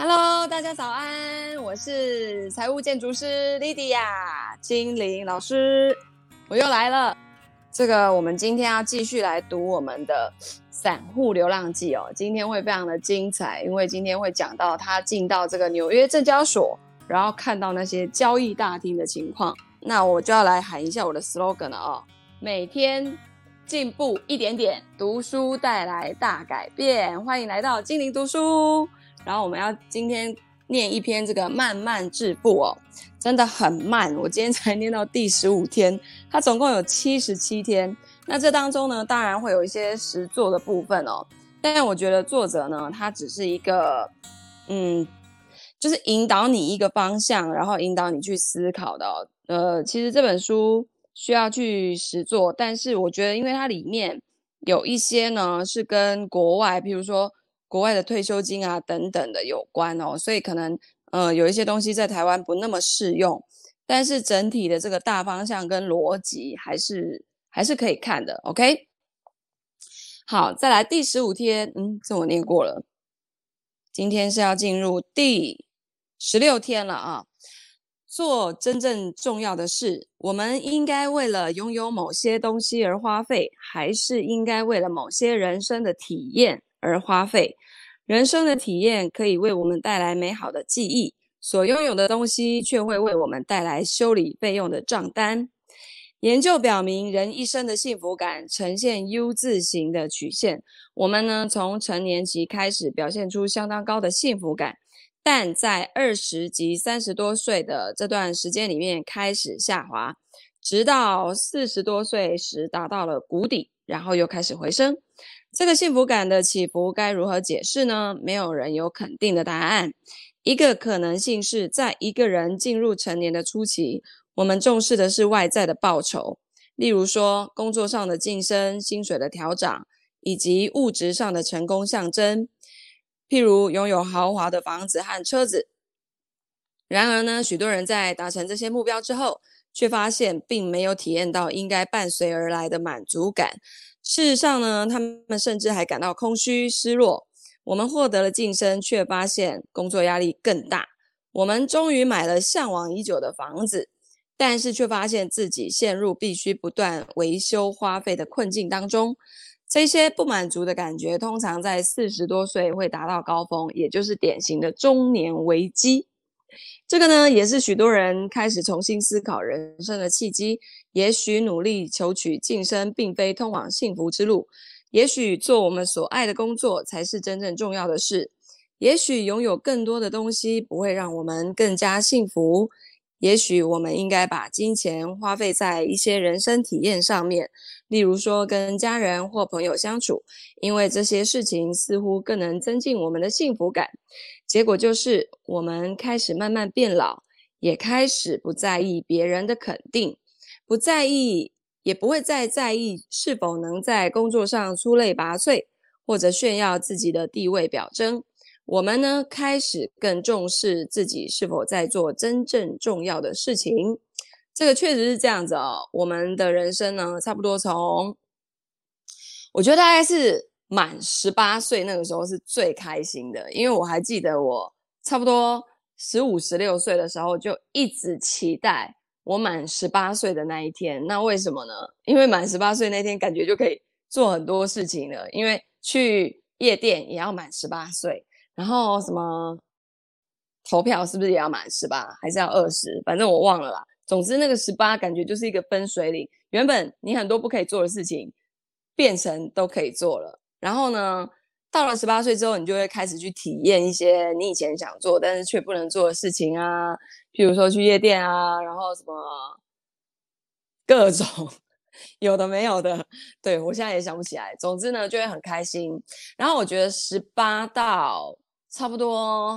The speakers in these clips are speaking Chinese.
Hello，大家早安，我是财务建筑师 Lydia 金玲老师，我又来了。我们今天要继续来读我们的散户流浪记哦，今天会非常的精彩，因为今天会讲到他进到这个纽约证交所，然后看到那些交易大厅的情况。那我就要来喊一下我的 slogan 了哦，每天进步一点点，读书带来大改变，欢迎来到金玲读书。然后我们要今天念一篇这个慢慢致富哦，真的很慢，我今天才念到第15天，它总共有77天。那这当中呢，当然会有一些实作的部分哦，但我觉得作者呢，他只是一个就是引导你一个方向，然后引导你去思考的哦。其实这本书需要去实作，但是我觉得因为它里面有一些呢是跟国外，比如说国外的退休金啊等等的有关哦，所以可能有一些东西在台湾不那么适用，但是整体的这个大方向跟逻辑还是可以看的 ，OK？ 好，再来第15天，这我念过了，今天是要进入第16天了啊。做真正重要的事，我们应该为了拥有某些东西而花费，还是应该为了某些人生的体验而花费？人生的体验可以为我们带来美好的记忆，所拥有的东西却会为我们带来修理费用的账单。研究表明，人一生的幸福感呈现 U 字形的曲线。我们呢，从成年期开始表现出相当高的幸福感，但在20及30多岁的这段时间里面开始下滑，直到40多岁时达到了谷底，然后又开始回升。这个幸福感的起伏该如何解释呢？没有人有肯定的答案。一个可能性是在一个人进入成年的初期，我们重视的是外在的报酬，例如说工作上的晋升、薪水的调涨，以及物质上的成功象征，譬如拥有豪华的房子和车子。然而呢，许多人在达成这些目标之后，却发现并没有体验到应该伴随而来的满足感。事实上呢，他们甚至还感到空虚、失落。我们获得了晋升，却发现工作压力更大。我们终于买了向往已久的房子，但是却发现自己陷入必须不断维修花费的困境当中。这些不满足的感觉通常在40多岁会达到高峰，也就是典型的中年危机。这个呢，也是许多人开始重新思考人生的契机。也许努力求取晋升并非通往幸福之路，也许做我们所爱的工作才是真正重要的事，也许拥有更多的东西不会让我们更加幸福，也许我们应该把金钱花费在一些人生体验上面，例如说跟家人或朋友相处，因为这些事情似乎更能增进我们的幸福感。结果就是我们开始慢慢变老，也开始不在意别人的肯定，不在意，也不会再在意是否能在工作上出类拔萃，或者炫耀自己的地位表征。我们呢，开始更重视自己是否在做真正重要的事情。这个确实是这样子哦。我们的人生呢，差不多我觉得大概是满18岁那个时候是最开心的，因为我还记得我差不多15、16岁的时候就一直期待我满18岁的那一天。那为什么呢？因为满18岁那天感觉就可以做很多事情了，因为去夜店也要满18岁，然后什么投票是不是也要满18，还是要20？反正我忘了啦。总之那个18感觉就是一个分水岭，原本你很多不可以做的事情变成都可以做了。然后呢，到了18岁之后，你就会开始去体验一些你以前想做但是却不能做的事情啊，譬如说去夜店啊，然后什么各种有的没有的，对，我现在也想不起来。总之呢，就会很开心。然后我觉得18到差不多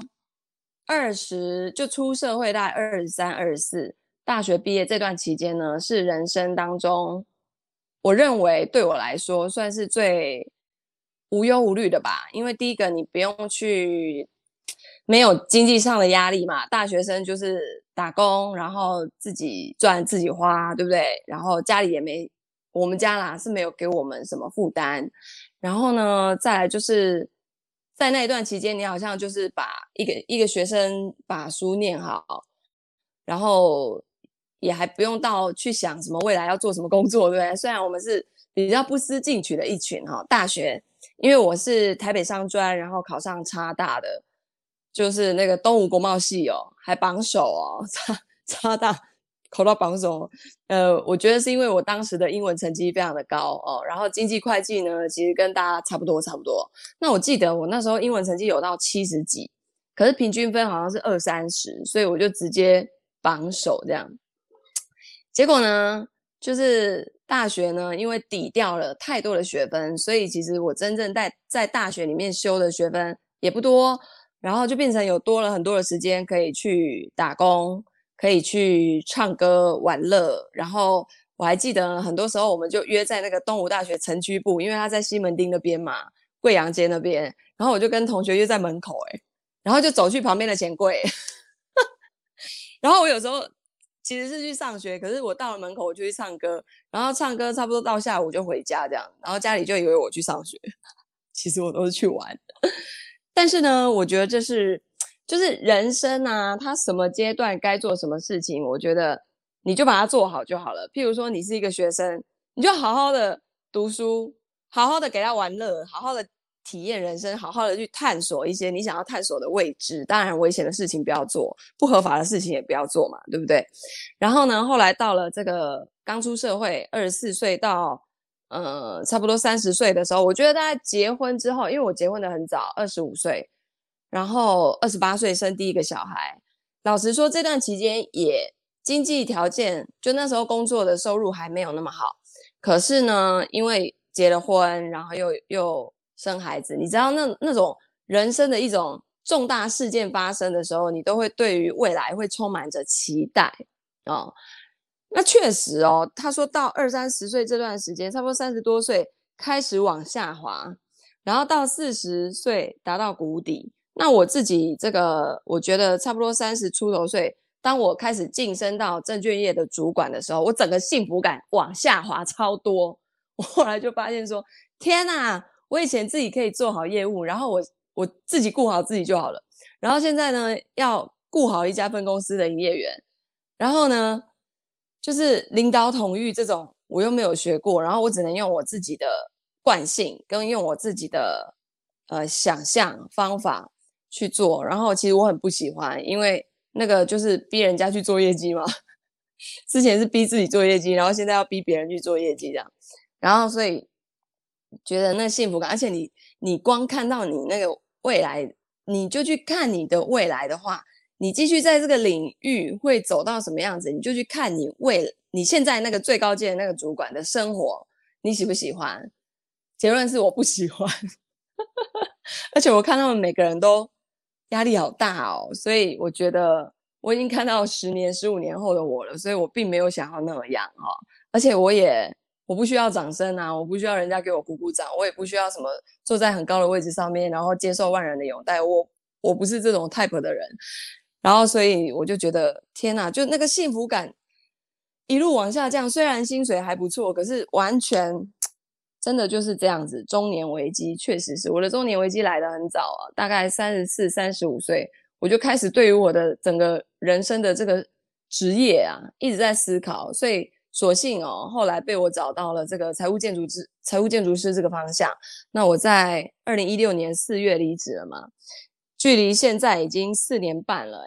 20，就出社会大概23、24，大学毕业这段期间呢，是人生当中，我认为对我来说算是最无忧无虑的吧。因为第一个，你不用去，没有经济上的压力嘛，大学生就是打工，然后自己赚自己花，对不对？然后家里也没，我们家啦是没有给我们什么负担。然后呢，再来就是在那一段期间，你好像就是把一个学生把书念好，然后也还不用到去想什么未来要做什么工作，对不对？虽然我们是比较不思进取的一群哈，大学，因为我是台北商专，然后考上大的，就是那个东吴国贸系哦，还榜首哦，大考到榜首。我觉得是因为我当时的英文成绩非常的高哦，然后经济会计呢，其实跟大家差不多。那我记得我那时候英文成绩有到70几，可是平均分好像是20-30，所以我就直接榜首这样。结果呢，就是大学呢，因为抵掉了太多的学分，所以其实我真正在大学里面修的学分也不多，然后就变成有多了很多的时间可以去打工，可以去唱歌玩乐。然后我还记得很多时候我们就约在那个东吴大学城区部，因为他在西门町那边嘛，贵阳街那边，然后我就跟同学约在门口，然后就走去旁边的钱柜。然后我有时候其实是去上学，可是我到了门口我就去唱歌，然后唱歌差不多到下午就回家这样，然后家里就以为我去上学，其实我都是去玩。但是呢，我觉得就是人生啊，他什么阶段该做什么事情，我觉得你就把它做好就好了。譬如说你是一个学生，你就好好的读书，好好的给他玩乐，好好的体验人生，好好的去探索一些你想要探索的未知。当然危险的事情不要做，不合法的事情也不要做嘛，对不对？然后呢，后来到了这个刚出社会24岁到差不多30岁的时候，我觉得大概结婚之后，因为我结婚的很早25岁，然后28岁生第一个小孩。老实说这段期间也经济条件，就那时候工作的收入还没有那么好，可是呢因为结了婚，然后又生孩子，你知道那种人生的一种重大事件发生的时候，你都会对于未来会充满着期待哦。那确实哦，他说到20-30岁这段时间，差不多30多岁开始往下滑，然后到40岁达到谷底。那我自己这个，我觉得差不多30出头岁，当我开始晋升到证券业的主管的时候，我整个幸福感往下滑超多。我后来就发现说，天哪，我以前自己可以做好业务，然后我自己顾好自己就好了，然后现在呢，要顾好一家分公司的营业员，然后呢，就是领导统御这种我又没有学过，然后我只能用我自己的惯性跟用我自己的想象方法去做，然后其实我很不喜欢，因为那个就是逼人家去做业绩嘛。之前是逼自己做业绩，然后现在要逼别人去做业绩这样，然后所以觉得那幸福感，而且你光看到你那个未来，你就去看你的未来的话，你继续在这个领域会走到什么样子，你就去看你现在那个最高阶的那个主管的生活，你喜不喜欢？结论是我不喜欢。而且我看他们每个人都压力好大哦，所以我觉得我已经看到10年、15年后的我了，所以我并没有想要那样哦。而且我不需要掌声啊，我不需要人家给我鼓鼓掌，我也不需要什么坐在很高的位置上面，然后接受万人的拥戴，我不是这种 type 的人。然后所以我就觉得天哪，就那个幸福感一路往下降，虽然薪水还不错，可是完全真的就是这样子。中年危机确实是我的中年危机来得很早啊，大概34、35岁，我就开始对于我的整个人生的这个职业啊一直在思考，所以所幸哦，后来被我找到了这个财务建筑师这个方向。那我在2016年4月离职了嘛，距离现在已经4年半了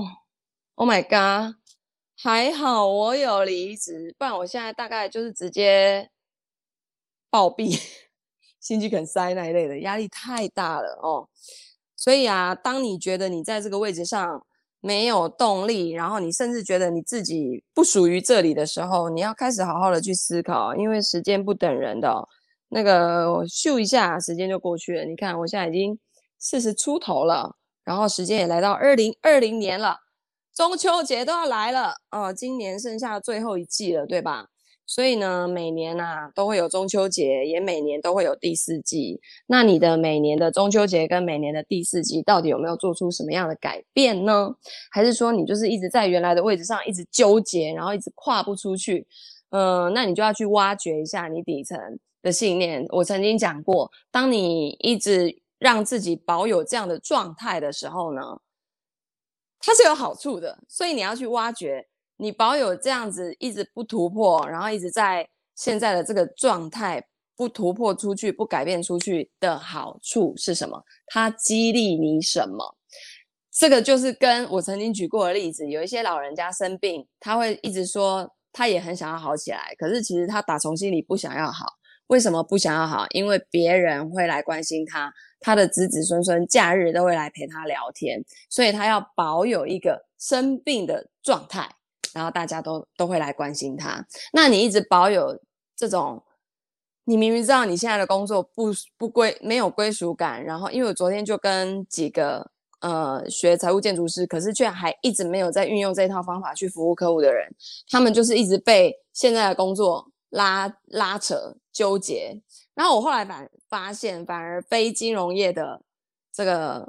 ，Oh my god， 还好我有离职，不然我现在大概就是直接暴毙，心肌梗塞那一类的，压力太大了哦。所以啊，当你觉得你在这个位置上没有动力，然后你甚至觉得你自己不属于这里的时候，你要开始好好的去思考，因为时间不等人的哦。那个我咻一下，时间就过去了。你看，我现在已经40出头了，然后时间也来到2020年了，中秋节都要来了哦，今年剩下最后一季了，对吧？所以呢，每年啊都会有中秋节，也每年都会有第4季。那你的每年的中秋节跟每年的第4季，到底有没有做出什么样的改变呢？还是说你就是一直在原来的位置上一直纠结，然后一直跨不出去？那你就要去挖掘一下你底层的信念。我曾经讲过，当你一直让自己保有这样的状态的时候呢，它是有好处的。所以你要去挖掘，你保有这样子一直不突破，然后一直在现在的这个状态不突破出去、不改变出去的好处是什么？它激励你什么？这个就是跟我曾经举过的例子，有一些老人家生病，他会一直说他也很想要好起来，可是其实他打从心里不想要好。为什么不想要好？因为别人会来关心他，他的子子孙孙假日都会来陪他聊天，所以他要保有一个生病的状态，然后大家都会来关心他。那你一直保有这种，你明明知道你现在的工作没有归属感，然后因为我昨天就跟几个学财务建筑师，可是却还一直没有在运用这套方法去服务客户的人，他们就是一直被现在的工作拉扯纠结。然后我后来发现，反而非金融业的这个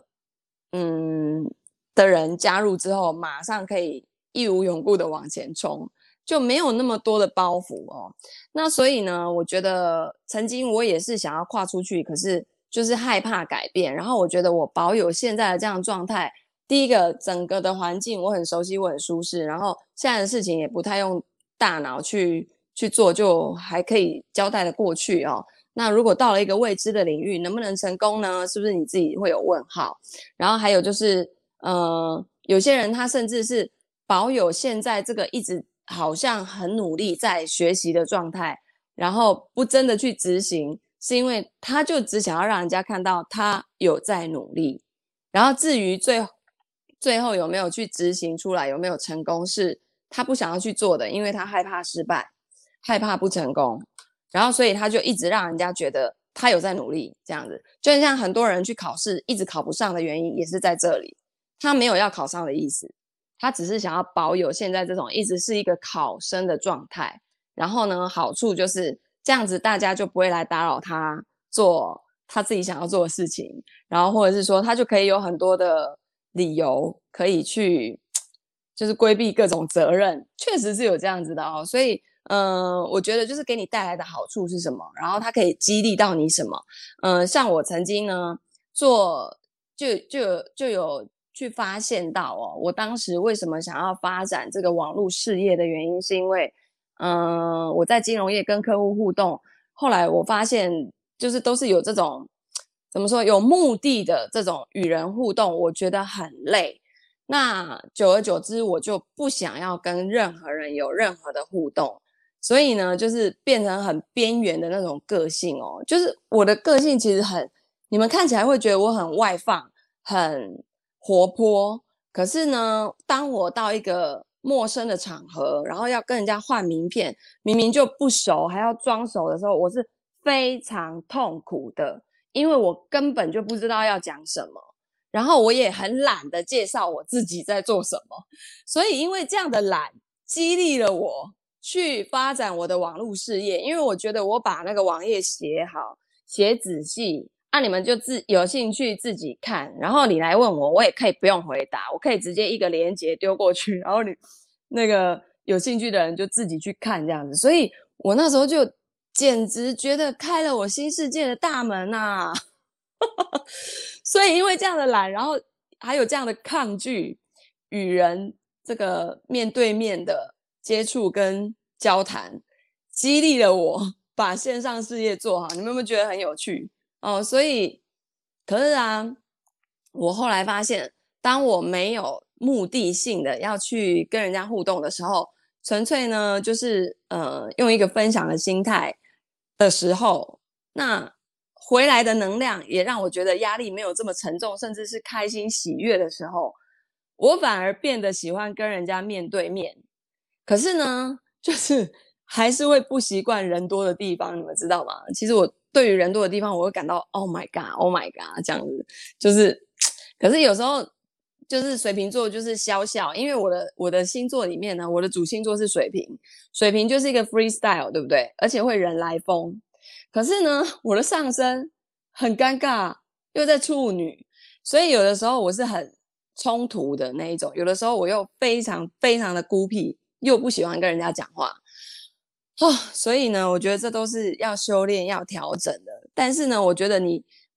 的人加入之后，马上可以义无永顾的往前冲，就没有那么多的包袱哦。那所以呢，我觉得曾经我也是想要跨出去，可是就是害怕改变。然后我觉得我保有现在的这样的状态，第一个整个的环境我很熟悉，我很舒适，然后现在的事情也不太用大脑去做，就还可以交代的过去哦。那如果到了一个未知的领域，能不能成功呢？是不是你自己会有问号？然后还有就是，有些人他甚至是保有现在这个一直好像很努力在学习的状态，然后不真的去执行，是因为他就只想要让人家看到他有在努力，然后至于最后有没有去执行出来，有没有成功，是他不想要去做的，因为他害怕失败，害怕不成功。然后所以他就一直让人家觉得他有在努力，这样子。就像很多人去考试一直考不上的原因也是在这里，他没有要考上的意思，他只是想要保有现在这种一直是一个考生的状态。然后呢，好处就是这样子大家就不会来打扰他做他自己想要做的事情，然后或者是说他就可以有很多的理由可以去就是规避各种责任，确实是有这样子的哦。所以我觉得就是给你带来的好处是什么，然后它可以激励到你什么。像我曾经呢做就有去发现到哦，我当时为什么想要发展这个网络事业的原因，是因为我在金融业跟客户互动，后来我发现就是都是有这种怎么说有目的的这种与人互动，我觉得很累。那久而久之，我就不想要跟任何人有任何的互动，所以呢，就是变成很边缘的那种个性哦。就是我的个性其实你们看起来会觉得我很外放、很活泼，可是呢，当我到一个陌生的场合，然后要跟人家换名片，明明就不熟，还要装熟的时候，我是非常痛苦的，因为我根本就不知道要讲什么。然后我也很懒得介绍我自己在做什么，所以因为这样的懒，激励了我去发展我的网络事业。因为我觉得我把那个网页写好、写仔细，你们就有兴趣自己看，然后你来问我，我也可以不用回答，我可以直接一个连结丢过去，然后你那个有兴趣的人就自己去看这样子。所以我那时候就简直觉得开了我新世界的大门啊！所以因为这样的懒，然后还有这样的抗拒与人这个面对面的接触跟交谈，激励了我把线上事业做好。你们有没有觉得很有趣哦？所以可是啊，我后来发现，当我没有目的性的要去跟人家互动的时候，纯粹呢就是用一个分享的心态的时候，那回来的能量也让我觉得压力没有这么沉重，甚至是开心喜悦的时候，我反而变得喜欢跟人家面对面。可是呢，就是还是会不习惯人多的地方，你们知道吗？其实我对于人多的地方，我会感到 Oh my God, Oh my God 这样子，就是可是有时候就是水瓶座就是小小，因为我的星座里面呢，我的主星座是水瓶，水瓶就是一个 freestyle， 对不对？而且会人来疯。可是呢，我的上升很尴尬，又在处女，所以有的时候我是很冲突的那一种，有的时候我又非常非常的孤僻，又不喜欢跟人家讲话所以呢，我觉得这都是要修炼、要调整的。但是呢，我觉得你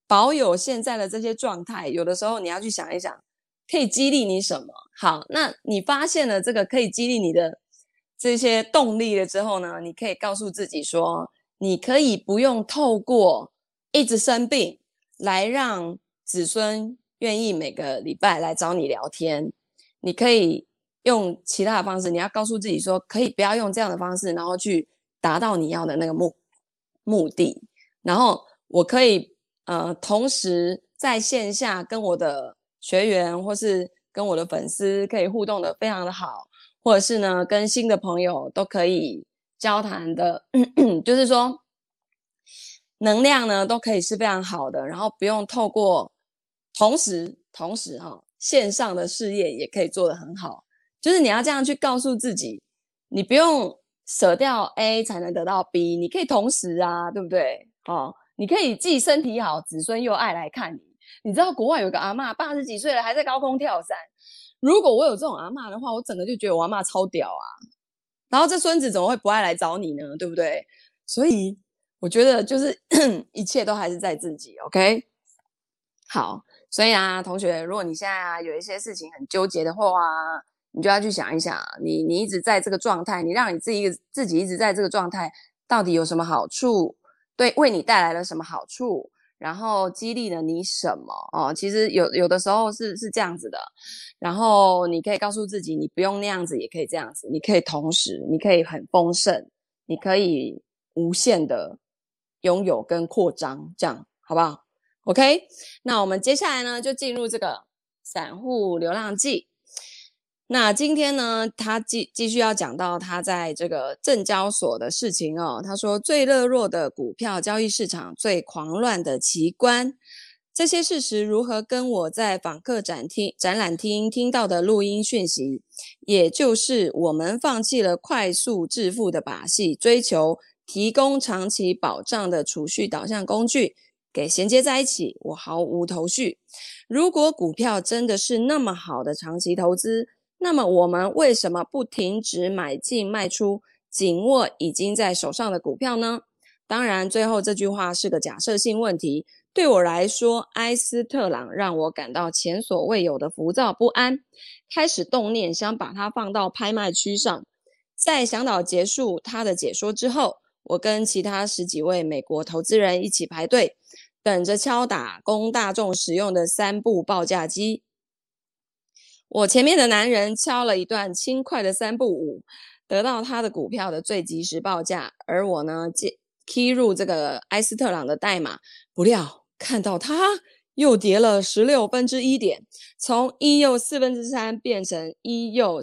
保有现在的这些状态，有的时候你要去想一想，可以激励你什么？好，那你发现了这个可以激励你的这些动力了之后呢，你可以告诉自己说，你可以不用透过一直生病来让子孙愿意每个礼拜来找你聊天，你可以用其他的方式，你要告诉自己说，可以不要用这样的方式，然后去达到你要的那个目的。然后我可以同时在线下跟我的学员或是跟我的粉丝可以互动的非常的好，或者是呢跟新的朋友都可以交谈的就是说能量呢都可以是非常好的，然后不用透过同时线上的事业也可以做得很好，就是你要这样去告诉自己，你不用舍掉 A 才能得到 B， 你可以同时啊，对不对？你可以自己身体好，子孙又爱来看你。你知道国外有个阿嬷80几岁了还在高空跳伞，如果我有这种阿嬷的话，我整个就觉得我阿嬷超屌啊。然后这孙子怎么会不爱来找你呢？对不对？所以我觉得就是一切都还是在自己 ，OK？ 好，所以啊，同学，如果你现在有一些事情很纠结的话你就要去想一想，你一直在这个状态，你让你自己一直在这个状态，到底有什么好处？对，为你带来了什么好处？然后激励了你什么？其实有的时候是这样子的，然后你可以告诉自己，你不用那样子，也可以这样子，你可以同时，你可以很丰盛，你可以无限的拥有跟扩张，这样好不好？OK， 那我们接下来呢，就进入这个散户流浪记。那今天呢，他继续要讲到他在这个证交所的事情哦。他说，最热络的股票交易市场，最狂乱的奇观，这些事实如何跟我在访客展览厅听到的录音讯息，也就是我们放弃了快速致富的把戏，追求提供长期保障的储蓄导向工具，给衔接在一起，我毫无头绪。如果股票真的是那么好的长期投资，那么我们为什么不停止买进卖出，紧握已经在手上的股票呢？当然，最后这句话是个假设性问题。对我来说，埃斯特朗让我感到前所未有的浮躁不安，开始动念想把它放到拍卖区上。在向导结束他的解说之后，我跟其他10几位美国投资人一起排队，等着敲打供大众使用的3部报价机。我前面的男人敲了一段轻快的3步5，得到他的股票的最及时报价，而我呢，key 入这个埃斯特朗的代码，不料看到他又跌了1/16点，从1又3/4变成1又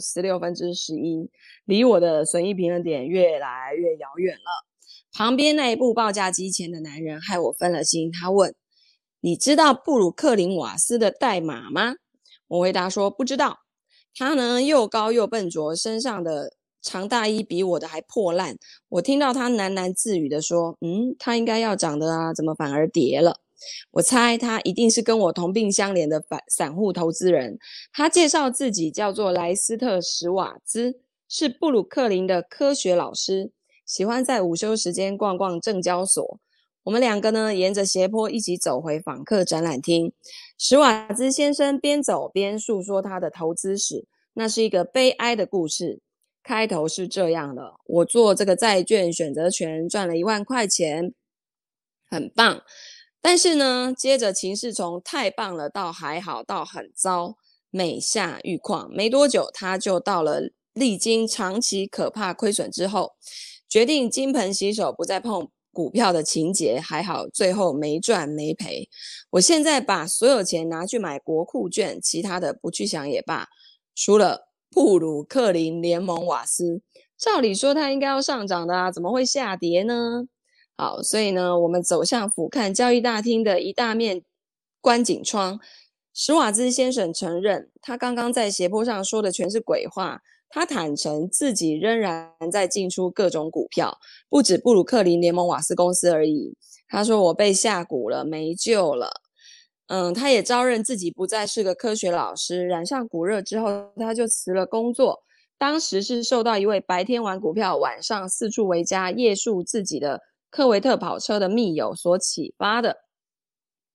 11/11，离我的损益平衡点越来越遥远了。旁边那一部报价机前的男人害我分了心，他问：“你知道布鲁克林瓦斯的代码吗？”我回答说不知道。他呢又高又笨拙，身上的长大衣比我的还破烂。我听到他喃喃自语的说：“他应该要涨的啊，怎么反而跌了？”我猜他一定是跟我同病相怜的散户投资人。他介绍自己叫做莱斯特·史瓦兹，是布鲁克林的科学老师，喜欢在午休时间逛逛证交所。我们2个呢，沿着斜坡一起走回访客展览厅。史瓦兹先生边走边述说他的投资史，那是一个悲哀的故事。开头是这样的：我做这个债券选择权赚了1万块钱，很棒。但是呢，接着情势从太棒了到还好到很糟，每下愈况。没多久，他就到了历经长期可怕亏损之后，决定金盆洗手，不再碰股票的情节。还好最后没赚没赔。我现在把所有钱拿去买国库券，其他的不去想也罢。除了布鲁克林联盟瓦斯，照理说它应该要上涨的啊，怎么会下跌呢？好，所以呢，我们走向俯瞰交易大厅的一大面观景窗。史瓦兹先生承认，他刚刚在斜坡上说的全是鬼话。他坦诚自己仍然在进出各种股票，不止布鲁克林联盟瓦斯公司而已。他说我被下蛊了，没救了。他也招认自己不再是个科学老师，染上股热之后，他就辞了工作。当时是受到一位白天玩股票，晚上四处为家夜宿自己的科维特跑车的密友所启发的。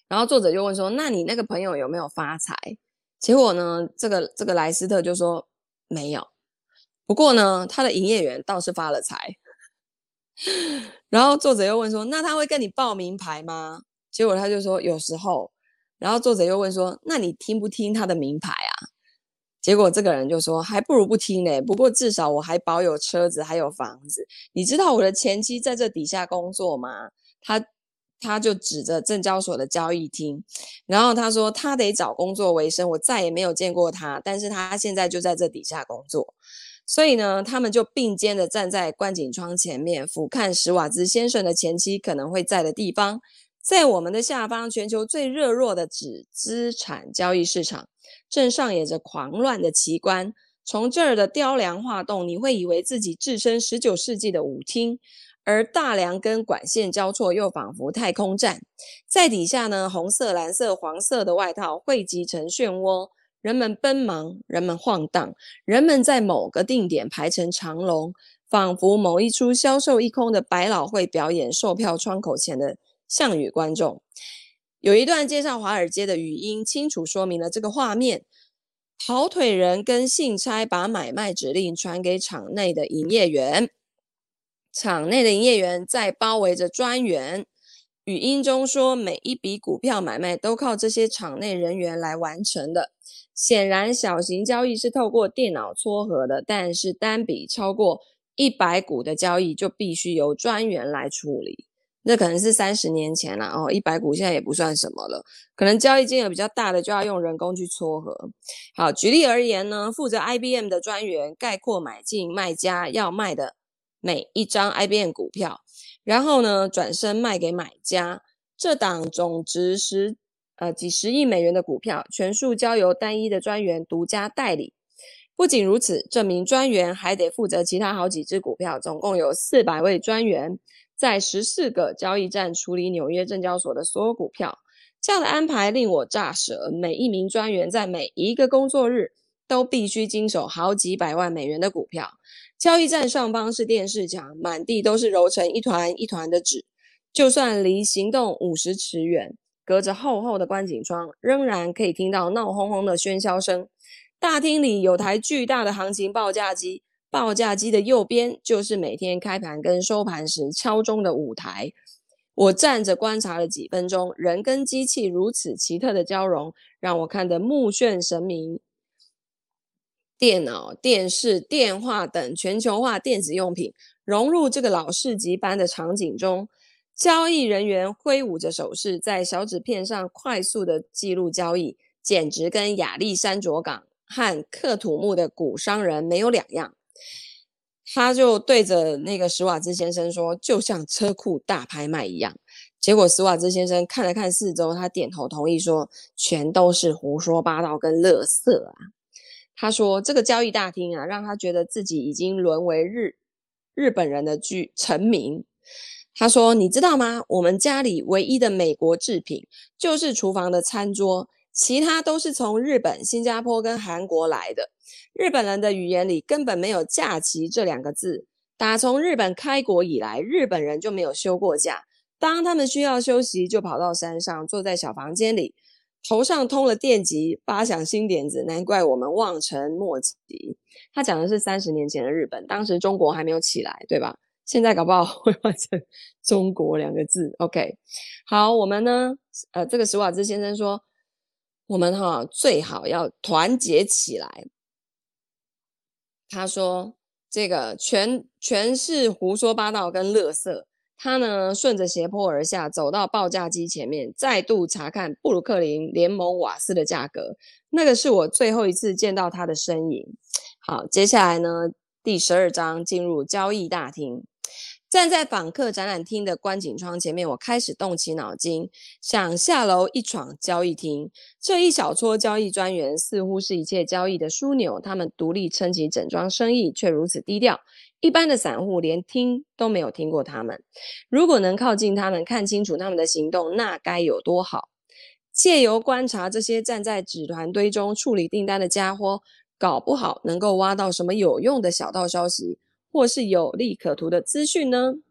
然后作者就问说，那你那个朋友有没有发财？结果呢，这个莱斯特就说没有，不过呢，他的营业员倒是发了财。然后作者又问说，那他会跟你报名牌吗？结果他就说有时候。然后作者又问说，那你听不听他的名牌啊？结果这个人就说，还不如不听呢，不过至少我还保有车子还有房子。你知道我的前妻在这底下工作吗？他就指着证交所的交易厅，然后他说他得找工作为生，我再也没有见过他，但是他现在就在这底下工作。所以呢，他们就并肩的站在观景窗前面，俯瞰史瓦兹先生的前妻可能会在的地方。在我们的下方，全球最热络的资产交易市场正上演着狂乱的奇观。从这儿的雕梁画栋，你会以为自己置身19世纪的舞厅，而大梁跟管线交错，又仿佛太空站。在底下呢，红色、蓝色、黄色的外套汇集成漩涡，人们奔忙，人们晃荡，人们在某个定点排成长龙，仿佛某一出销售一空的百老汇表演售票窗口前的项羽观众。有一段介绍华尔街的语音，清楚说明了这个画面。跑腿人跟信差把买卖指令传给场内的营业员，场内的营业员在包围着专员。语音中说，每一笔股票买卖都靠这些场内人员来完成的。显然，小型交易是透过电脑撮合的，但是单笔超过100股的交易就必须由专员来处理。这可能是30年前啦，100股现在也不算什么了，可能交易金额比较大的就要用人工去撮合。好，举例而言呢，负责 IBM 的专员概括买进卖家要卖的每一张 IBM 股票，然后呢转身卖给买家。这档总值几十亿美元的股票，全数交由单一的专员独家代理。不仅如此，这名专员还得负责其他好几只股票，总共有400位专员在14个交易站处理纽约证交所的所有股票。这样的安排令我乍舌，每一名专员在每一个工作日都必须经手好几百万美元的股票。交易站上方是电视墙，满地都是揉成一团一团的纸，就算离行动50尺远，隔着厚厚的观景窗，仍然可以听到闹哄哄的喧嚣声。大厅里有台巨大的行情报价机，报价机的右边就是每天开盘跟收盘时敲钟的舞台。我站着观察了几分钟，人跟机器如此奇特的交融，让我看得目眩神迷。电脑、电视、电话等全球化电子用品融入这个老市集般的场景中，交易人员挥舞着手势，在小纸片上快速的记录交易，简直跟亚历山卓港和克土木的古商人没有两样。他就对着那个史瓦兹先生说，就像车库大拍卖一样。结果史瓦兹先生看了看四周，他点头同意说，全都是胡说八道跟垃圾啊。他说这个交易大厅啊，让他觉得自己已经沦为日本人的臣民。他说你知道吗，我们家里唯一的美国制品就是厨房的餐桌，其他都是从日本、新加坡跟韩国来的。日本人的语言里根本没有假期这2个字，打从日本开国以来，日本人就没有休过假。当他们需要休息，就跑到山上，坐在小房间里，头上通了电极，发想新点子，难怪我们望尘莫及。他讲的是30年前的日本，当时中国还没有起来，对吧？现在搞不好会换成中国2个字。OK， 好，我们呢，这个史瓦兹先生说，我们最好要团结起来。他说这个全是胡说八道跟垃圾。他呢顺着斜坡而下，走到报价机前面，再度查看布鲁克林联盟瓦斯的价格。那个是我最后一次见到他的身影。好，接下来呢，第12章进入交易大厅。站在访客展览厅的观景窗前面，我开始动起脑筋，想下楼一闯交易厅。这一小撮交易专员似乎是一切交易的枢纽，他们独立撑起整桩生意，却如此低调。一般的散户连听都没有听过他们。如果能靠近他们，看清楚他们的行动，那该有多好！借由观察这些站在纸团堆中处理订单的家伙，搞不好能够挖到什么有用的小道消息，或是有利可图的资讯呢？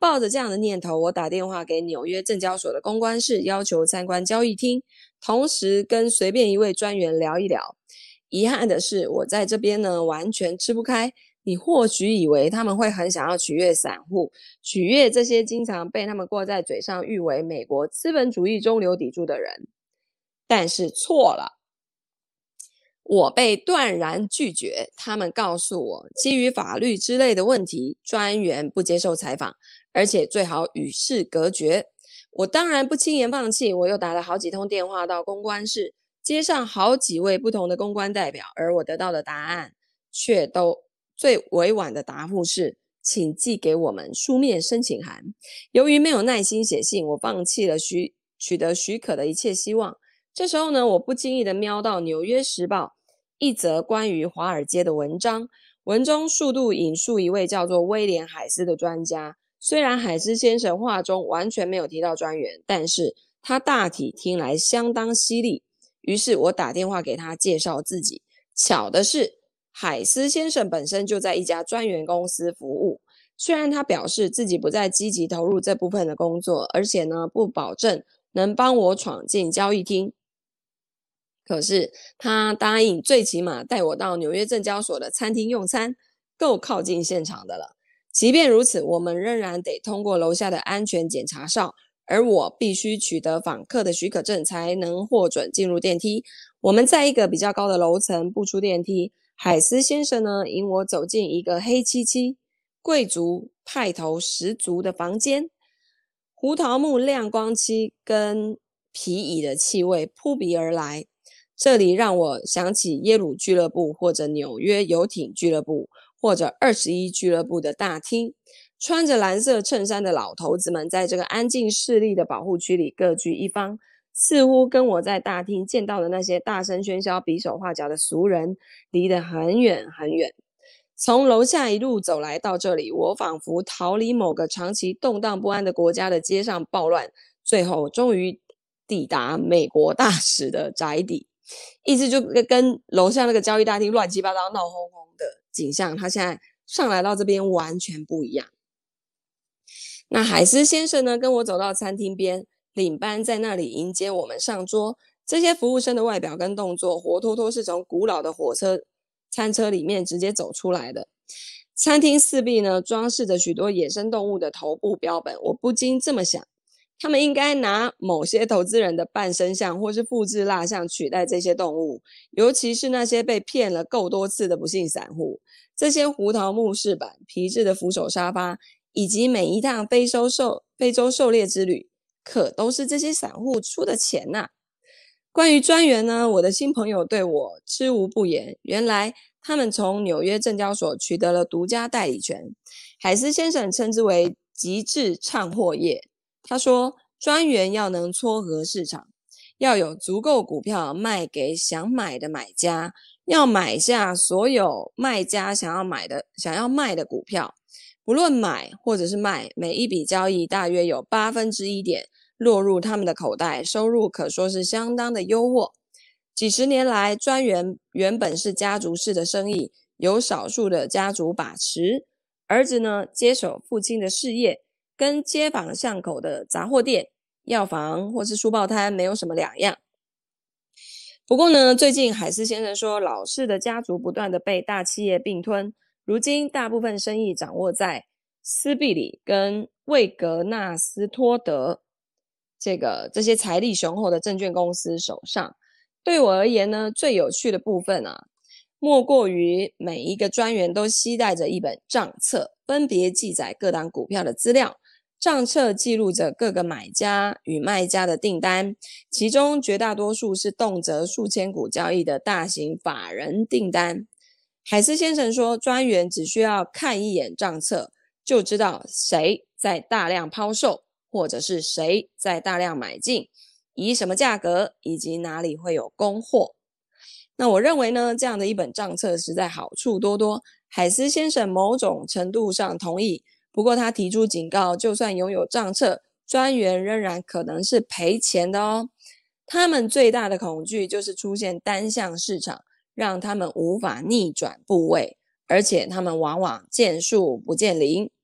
抱着这样的念头，我打电话给纽约证交所的公关室，要求参观交易厅，同时跟随便一位专员聊一聊。遗憾的是，我在这边呢完全吃不开。你或许以为他们会很想要取悦散户，取悦这些经常被他们挂在嘴上誉为美国资本主义中流砥柱的人，但是错了。我被断然拒绝，他们告诉我，基于法律之类的问题，专员不接受采访，而且最好与世隔绝。我当然不轻言放弃，我又打了好几通电话到公关室，接上好几位不同的公关代表，而我得到的答案却都最委婉的答复是，请寄给我们书面申请函。由于没有耐心写信，我放弃了取得许可的一切希望。这时候呢，我不经意的瞄到《纽约时报》一则关于华尔街的文章，文中数度引述一位叫做威廉·海斯的专家。虽然海斯先生话中完全没有提到专员，但是他大体听来相当犀利。于是我打电话给他介绍自己。巧的是，海斯先生本身就在一家专员公司服务，虽然他表示自己不再积极投入这部分的工作，而且呢不保证能帮我闯进交易厅，可是他答应最起码带我到纽约证交所的餐厅用餐，够靠近现场的了。即便如此，我们仍然得通过楼下的安全检查哨，而我必须取得访客的许可证才能获准进入电梯。我们在一个比较高的楼层步出电梯，海斯先生呢引我走进一个黑漆漆、贵族派头十足的房间，胡桃木亮光漆跟皮椅的气味扑鼻而来。这里让我想起耶鲁俱乐部或者纽约游艇俱乐部或者21俱乐部的大厅，穿着蓝色衬衫的老头子们在这个安静势力的保护区里各据一方，似乎跟我在大厅见到的那些大声喧嚣比手画脚的俗人离得很远很远。从楼下一路走来到这里，我仿佛逃离某个长期动荡不安的国家的街上暴乱，最后终于抵达美国大使的宅邸。意思就跟楼下那个交易大厅乱七八糟闹哄哄的景象，他现在上来到这边完全不一样。那海斯先生呢跟我走到餐厅边，领班在那里迎接我们上桌。这些服务生的外表跟动作活脱脱是从古老的火车餐车里面直接走出来的。餐厅四壁呢装饰着许多野生动物的头部标本，我不禁这么想，他们应该拿某些投资人的半身像或是复制蜡像取代这些动物，尤其是那些被骗了够多次的不幸散户。这些胡桃木饰板、皮质的扶手沙发，以及每一趟非洲狩猎之旅，可都是这些散户出的钱呐。关于专员呢，我的新朋友对我知无不言。原来他们从纽约证交所取得了独家代理权，海斯先生称之为极致唱货业。他说，专员要能撮合市场，要有足够股票卖给想买的买家，要买下所有卖家想要卖的股票，不论买或者是卖，每一笔交易大约有1/8点落入他们的口袋，收入可说是相当的优渥。几十年来，专员原本是家族式的生意，由少数的家族把持，儿子呢接手父亲的事业，跟街坊巷口的杂货店、药房或是书报摊没有什么两样。不过呢，最近海斯先生说，老式的家族不断的被大企业并吞，如今大部分生意掌握在斯必里跟魏格纳斯托德这些财力雄厚的证券公司手上。对我而言呢，最有趣的部分莫过于每一个专员都携带着一本账册，分别记载各档股票的资料。账册记录着各个买家与卖家的订单，其中绝大多数是动辄数千股交易的大型法人订单。海斯先生说，专员只需要看一眼账册，就知道谁在大量抛售，或者是谁在大量买进，以什么价格，以及哪里会有供货。那我认为呢，这样的一本账册实在好处多多。海斯先生某种程度上同意，不过他提出警告，就算拥有账册，专员仍然可能是赔钱的哦。他们最大的恐惧就是出现单向市场，让他们无法逆转部位，而且他们往往见树不见林。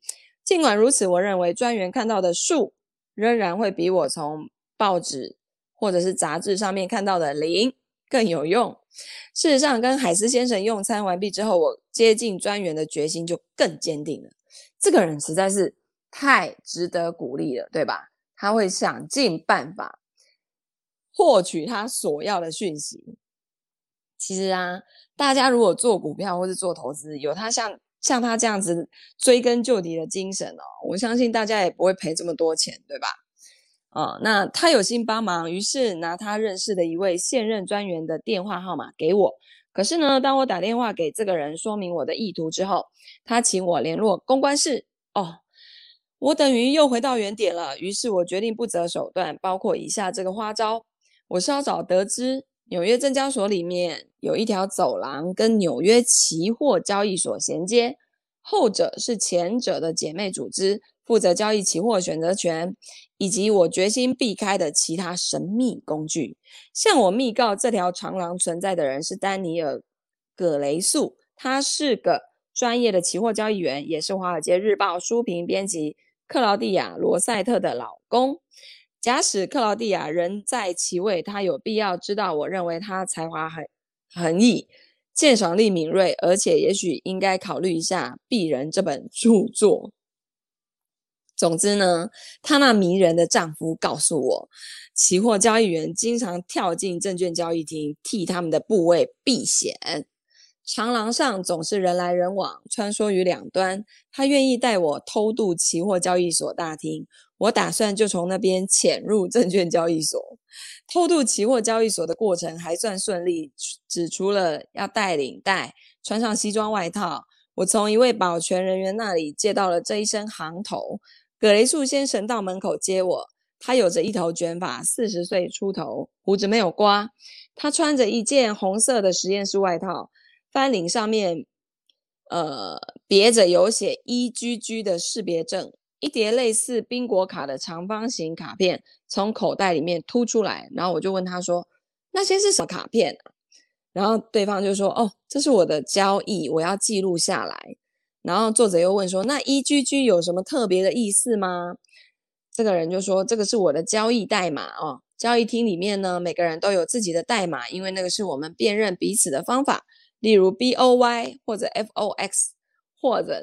尽管如此，我认为专员看到的数仍然会比我从报纸或者是杂志上面看到的0更有用。事实上，跟海斯先生用餐完毕之后，我接近专员的决心就更坚定了。这个人实在是太值得鼓励了，对吧？他会想尽办法获取他所要的讯息。其实啊，大家如果做股票或是做投资，有他像他这样子追根究底的精神哦，我相信大家也不会赔这么多钱，对吧？那他有心帮忙，于是拿他认识的一位现任专员的电话号码给我。可是呢，当我打电话给这个人说明我的意图之后，他请我联络公关室。我等于又回到原点了。于是我决定不择手段，包括以下这个花招。我稍早得知纽约证交所里面有一条走廊跟纽约期货交易所衔接，后者是前者的姐妹组织，负责交易期货选择权以及我决心避开的其他神秘工具。向我密告这条长廊存在的人是丹尼尔·葛雷素，他是个专业的期货交易员，也是华尔街日报书评编辑克劳蒂亚·罗塞特的老公。假使克劳蒂亚仍在其位，他有必要知道我认为他才华横溢，鉴赏力敏锐，而且也许应该考虑一下《鄙人》这本著作。总之呢，她那迷人的丈夫告诉我，期货交易员经常跳进证券交易厅，替他们的部位避险。长廊上总是人来人往，穿梭于两端。他愿意带我偷渡期货交易所大厅，我打算就从那边潜入证券交易所。偷渡期货交易所的过程还算顺利，只除了要带领带、穿上西装外套。我从一位保全人员那里借到了这一身行头。葛雷素先生到门口接我，他有着一头卷发，40岁出头，胡子没有刮。他穿着一件红色的实验室外套，翻领上面别着有写 EGG 的识别证，一叠类似宾果卡的长方形卡片从口袋里面凸出来。然后我就问他说，那些是什么卡片啊？然后对方就说，这是我的交易，我要记录下来。然后作者又问说，那 EGG 有什么特别的意思吗？这个人就说，这个是我的交易代码哦。交易厅里面呢，每个人都有自己的代码，因为那个是我们辨认彼此的方法，例如 BOY 或者 FOX 或者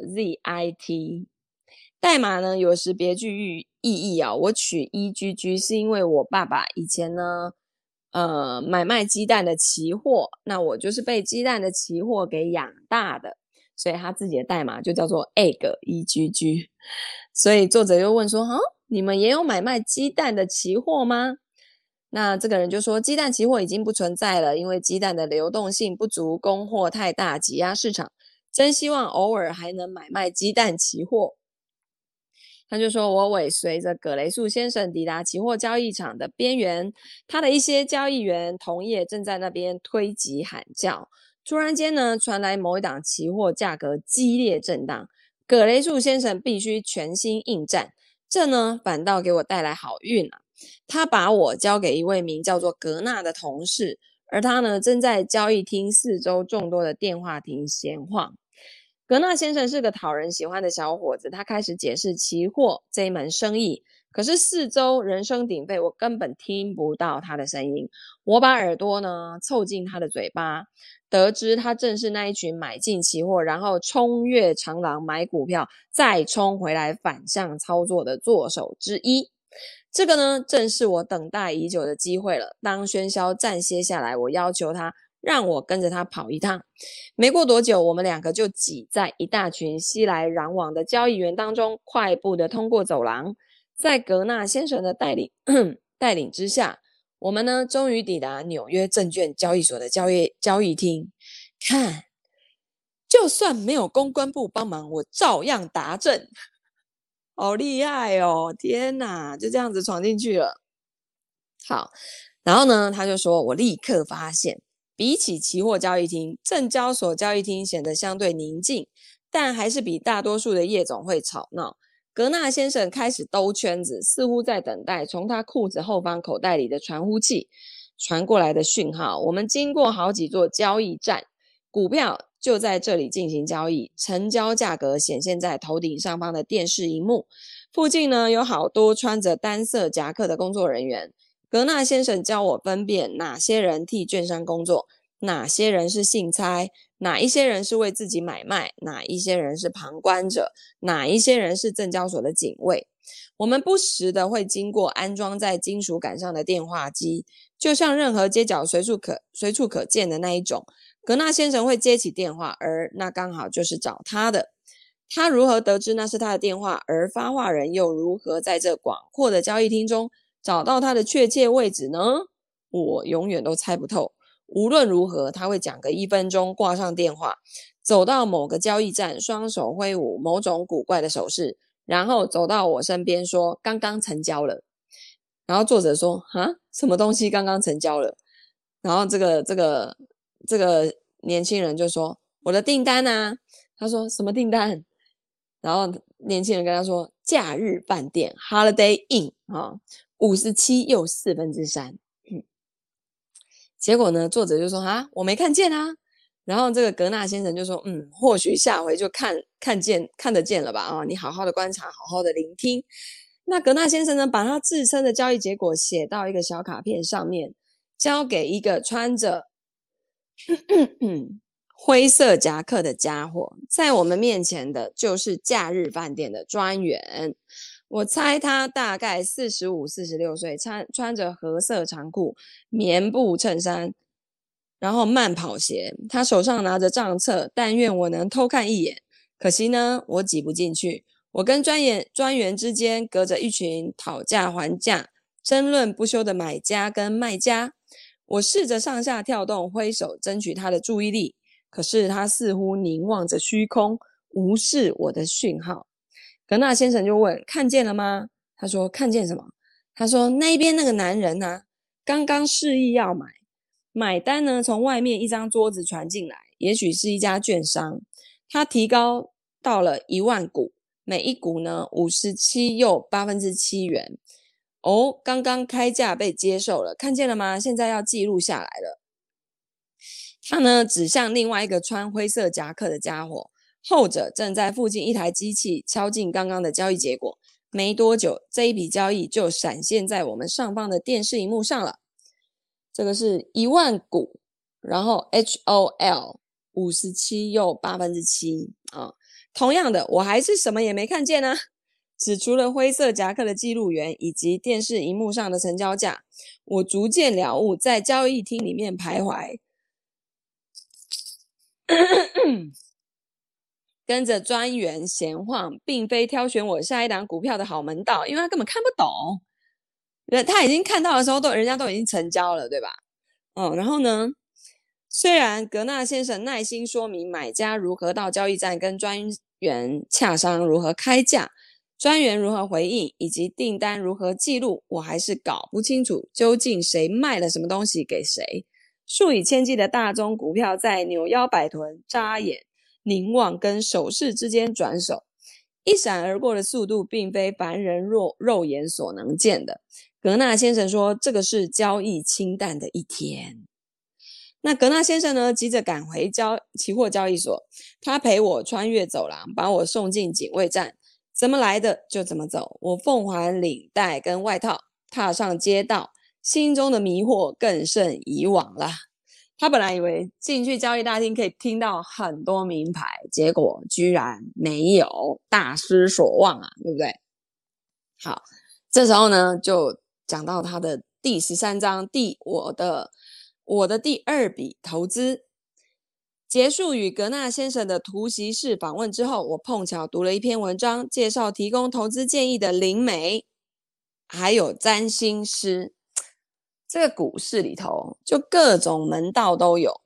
ZIT。代码呢有时别具意义啊。我取 EGG 是因为我爸爸以前呢买卖鸡蛋的期货，那我就是被鸡蛋的期货给养大的，所以他自己的代码就叫做 Egg EGG。 所以作者又问说，你们也有买卖鸡蛋的期货吗？那这个人就说，鸡蛋期货已经不存在了，因为鸡蛋的流动性不足，供货太大，挤压市场，真希望偶尔还能买卖鸡蛋期货。他就说，我尾随着葛雷素先生抵达期货交易场的边缘，他的一些交易员同业正在那边推挤喊叫。突然间呢，传来某一档期货价格激烈震荡，葛雷素先生必须全心应战，这呢反倒给我带来好运啊。他把我交给一位名叫做格纳的同事，而他呢正在交易厅四周众多的电话亭闲晃。格纳先生是个讨人喜欢的小伙子，他开始解释期货这一门生意，可是四周人声鼎沸，我根本听不到他的声音。我把耳朵呢凑近他的嘴巴，得知他正是那一群买进期货，然后冲越长廊买股票，再冲回来反向操作的作手之一。这个呢，正是我等待已久的机会了。当喧嚣暂歇下来，我要求他让我跟着他跑一趟。没过多久，我们两个就挤在一大群熙来攘往的交易员当中，快步的通过走廊。在格纳先生的带领之下，我们呢终于抵达纽约证券交易所的交易厅。看，就算没有公关部帮忙，我照样达阵。好厉害哦！天哪，就这样子闯进去了。好，然后呢，他就说，我立刻发现，比起期货交易厅，证交所交易厅显得相对宁静，但还是比大多数的夜总会吵闹。格纳先生开始兜圈子，似乎在等待从他裤子后方口袋里的传呼器传过来的讯号。我们经过好几座交易站，股票就在这里进行交易，成交价格显现在头顶上方的电视荧幕。附近呢有好多穿着单色夹克的工作人员。格纳先生教我分辨哪些人替券商工作，哪些人是信差，哪一些人是为自己买卖，哪一些人是旁观者，哪一些人是证交所的警卫。我们不时的会经过安装在金属杆上的电话机，就像任何街角随处可见的那一种。格纳先生会接起电话，而那刚好就是找他的。他如何得知那是他的电话，而发话人又如何在这广阔的交易厅中找到他的确切位置呢？我永远都猜不透。无论如何，他会讲个1分钟，挂上电话，走到某个交易站，双手挥舞某种古怪的手势，然后走到我身边说：“刚刚成交了。”然后作者说：“哈，什么东西刚刚成交了？”然后这个年轻人就说：“我的订单啊。”他说：“什么订单？”然后年轻人跟他说：“假日饭店 Holiday Inn 啊，57又3/4。”结果呢，作者就说：“啊，我没看见啊。”然后这个格纳先生就说：“或许下回就看得见了吧？啊，你好好的观察，好好的聆听。”那格纳先生呢，把他自称的交易结果写到一个小卡片上面，交给一个穿着灰色夹克的家伙。在我们面前的就是假日饭店的专员。我猜他大概45、46岁，穿着褐色长裤、棉布衬衫，然后慢跑鞋。他手上拿着账册，但愿我能偷看一眼。可惜呢，我挤不进去。我跟专员之间隔着一群讨价还价、争论不休的买家跟卖家。我试着上下跳动，挥手争取他的注意力，可是他似乎凝望着虚空，无视我的讯号。格纳先生就问：“看见了吗？”他说：“看见什么？”他说：“那边那个男人啊，刚刚示意要买单呢，从外面一张桌子传进来，也许是一家券商。他提高到了10000股，每一股呢57又7%元。哦，刚刚开价被接受了，看见了吗？现在要记录下来了。”他呢指向另外一个穿灰色夹克的家伙。后者正在附近一台机器敲进刚刚的交易结果，没多久，这一笔交易就闪现在我们上方的电视荧幕上了。这个是10000股，然后 HOL 57又7%啊。同样的，我还是什么也没看见啊，只除了灰色夹克的记录员以及电视荧幕上的成交价。我逐渐了悟，在交易厅里面徘徊。跟着专员闲晃，并非挑选我下一档股票的好门道，因为他根本看不懂。他已经看到的时候，人家都已经成交了，对吧？然后呢，虽然格纳先生耐心说明买家如何到交易站跟专员洽商如何开价，专员如何回应，以及订单如何记录，我还是搞不清楚究竟谁卖了什么东西给谁。数以千计的大宗股票在扭腰摆臀、眨眼、凝望跟手势之间转手，一闪而过的速度并非凡人肉眼所能见的。格纳先生说，这个是交易清淡的一天。那格纳先生呢，急着赶回期货交易所，他陪我穿越走廊，把我送进警卫站，怎么来的就怎么走。我奉还领带跟外套，踏上街道，心中的迷惑更胜以往了。他本来以为进去交易大厅可以听到很多名牌，结果居然没有，大失所望啊，对不对？好，这时候呢，就讲到他的第13章，我的第2笔投资。结束与格纳先生的突袭式访问之后，我碰巧读了一篇文章，介绍提供投资建议的灵媒，还有占星师。这个股市里头就各种门道都有，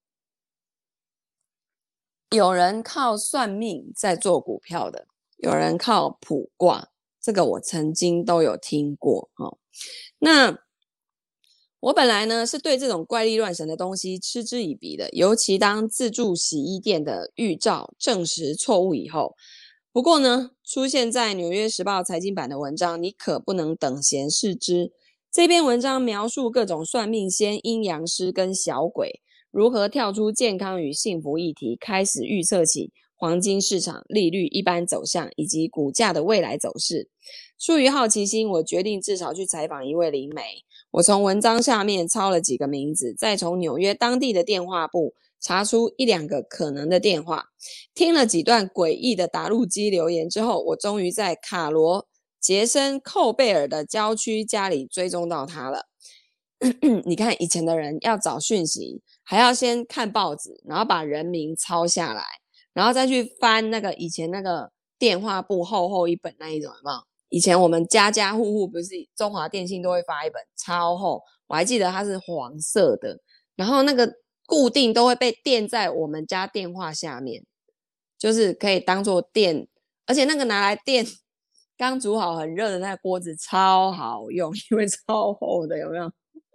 有人靠算命在做股票的，有人靠卜卦，这个我曾经都有听过。那我本来呢是对这种怪力乱神的东西嗤之以鼻的，尤其当自助洗衣店的预兆证实错误以后。不过呢，出现在《纽约时报》财经版的文章，你可不能等闲视之。这篇文章描述各种算命仙、阴阳师跟小鬼如何跳出健康与幸福议题，开始预测起黄金市场利率一般走向以及股价的未来走势。出于好奇心，我决定至少去采访一位灵媒。我从文章下面抄了几个名字，再从纽约当地的电话簿查出1、2个可能的电话。听了几段诡异的打录机留言之后，我终于在卡罗杰森寇贝尔的郊区家里追踪到他了。你看以前的人要找讯息，还要先看报纸，然后把人名抄下来，然后再去翻那个以前那个电话簿厚厚一本那一种，有没有？以前我们家家户户不是中华电信都会发一本超厚，我还记得它是黄色的，然后那个固定都会被垫在我们家电话下面，就是可以当做垫，而且那个拿来垫刚煮好很热的那个锅子超好用，因为超厚的，有没有？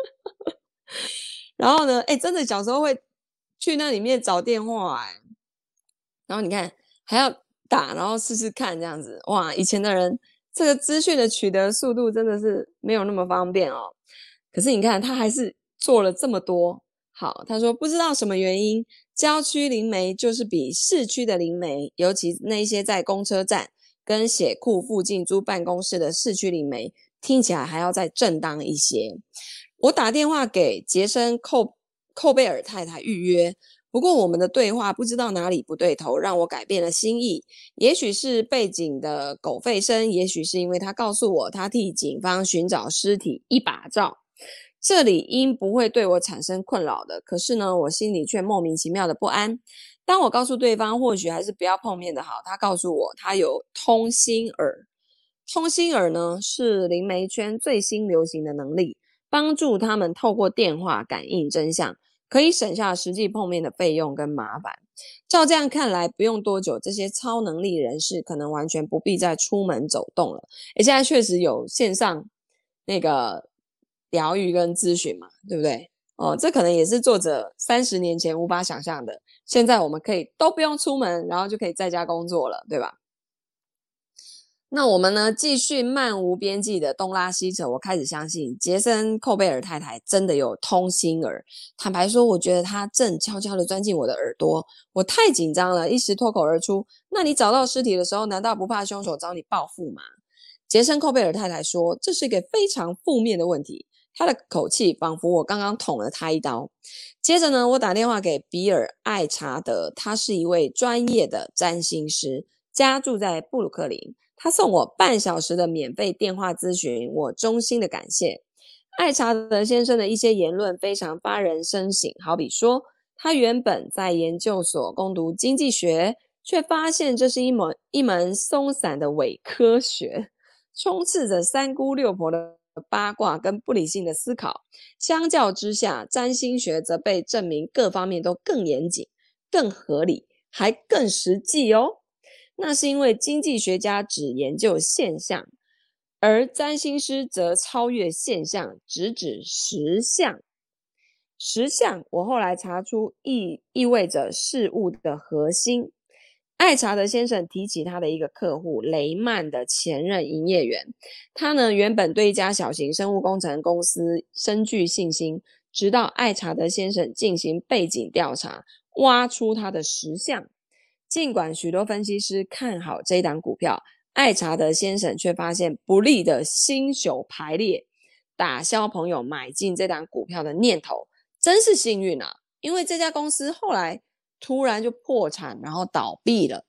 然后呢，真的小时候会去那里面找电话，然后你看还要打，然后试试看这样子，哇，以前的人这个资讯的取得速度真的是没有那么方便哦。可是你看他还是做了这么多。好，他说不知道什么原因，郊区灵媒就是比市区的灵媒，尤其那些在公车站跟血库附近租办公室的市区灵媒，听起来还要再正当一些。我打电话给杰森寇贝尔太太预约，不过我们的对话不知道哪里不对头，让我改变了心意。也许是背景的狗吠声，也许是因为他告诉我他替警方寻找尸体一把照。这理应不会对我产生困扰的，可是呢，我心里却莫名其妙的不安。当我告诉对方或许还是不要碰面的好，他告诉我他有通心耳。通心耳呢，是灵媒圈最新流行的能力，帮助他们透过电话感应真相，可以省下实际碰面的费用跟麻烦。照这样看来，不用多久，这些超能力人士可能完全不必再出门走动了。现在确实有线上那个疗愈跟咨询嘛，对不对？这可能也是作者30年前无法想象的。现在我们可以都不用出门，然后就可以在家工作了，对吧？那我们呢，继续漫无边际的东拉西扯。我开始相信杰森·寇贝尔太太真的有通心耳。坦白说，我觉得她正悄悄地钻进我的耳朵。我太紧张了，一时脱口而出：“那你找到尸体的时候，难道不怕凶手找你报复吗？”杰森·寇贝尔太太说：“这是一个非常负面的问题。”她的口气仿佛我刚刚捅了她一刀。接着呢，我打电话给比尔·艾查德，他是一位专业的占星师，家住在布鲁克林。他送我半小时的免费电话咨询，我衷心的感谢。艾查德先生的一些言论非常发人深省，好比说，他原本在研究所攻读经济学，却发现这是一门松散的伪科学，充斥着三姑六婆的八卦跟不理性的思考。相较之下，占星学则被证明各方面都更严谨、更合理，还更实际哦。那是因为经济学家只研究现象，而占星师则超越现象，直指实相。实相，我后来查出意味着事物的核心。艾查德先生提起他的一个客户雷曼的前任营业员，他呢原本对一家小型生物工程公司深具信心，直到艾查德先生进行背景调查，挖出他的实相。尽管许多分析师看好这档股票，艾查德先生却发现不利的星宿排列，打消朋友买进这档股票的念头。真是幸运啊，因为这家公司后来突然就破产，然后倒闭了。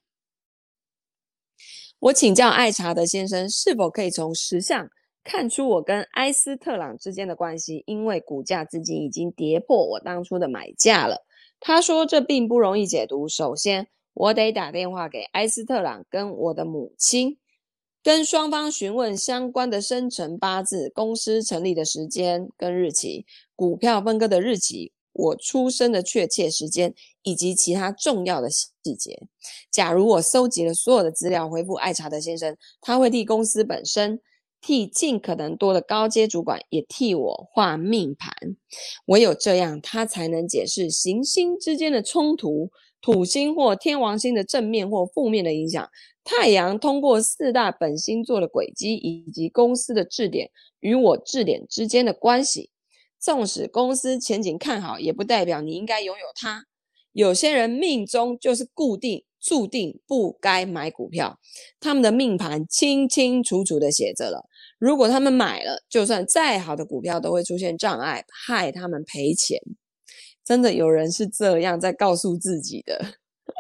我请教艾查德先生，是否可以从实相看出我跟埃斯特朗之间的关系，因为股价资金已经跌破我当初的买价了。他说这并不容易解读，首先我得打电话给埃斯特朗跟我的母亲，跟双方询问相关的生辰八字、公司成立的时间跟日期、股票分割的日期、我出生的确切时间以及其他重要的细节。假如我搜集了所有的资料回复艾查德先生，他会替公司本身，替尽可能多的高阶主管，也替我画命盘。唯有这样，他才能解释行星之间的冲突，土星或天王星的正面或负面的影响，太阳通过4大本星座的轨迹，以及公司的质点与我质点之间的关系。 纵使公司前景看好，也不代表你应该拥有它。有些人命中就是注定不该买股票，他们的命盘清清楚楚的写着了，如果他们买了，就算再好的股票都会出现障碍，害他们赔钱。真的有人是这样在告诉自己的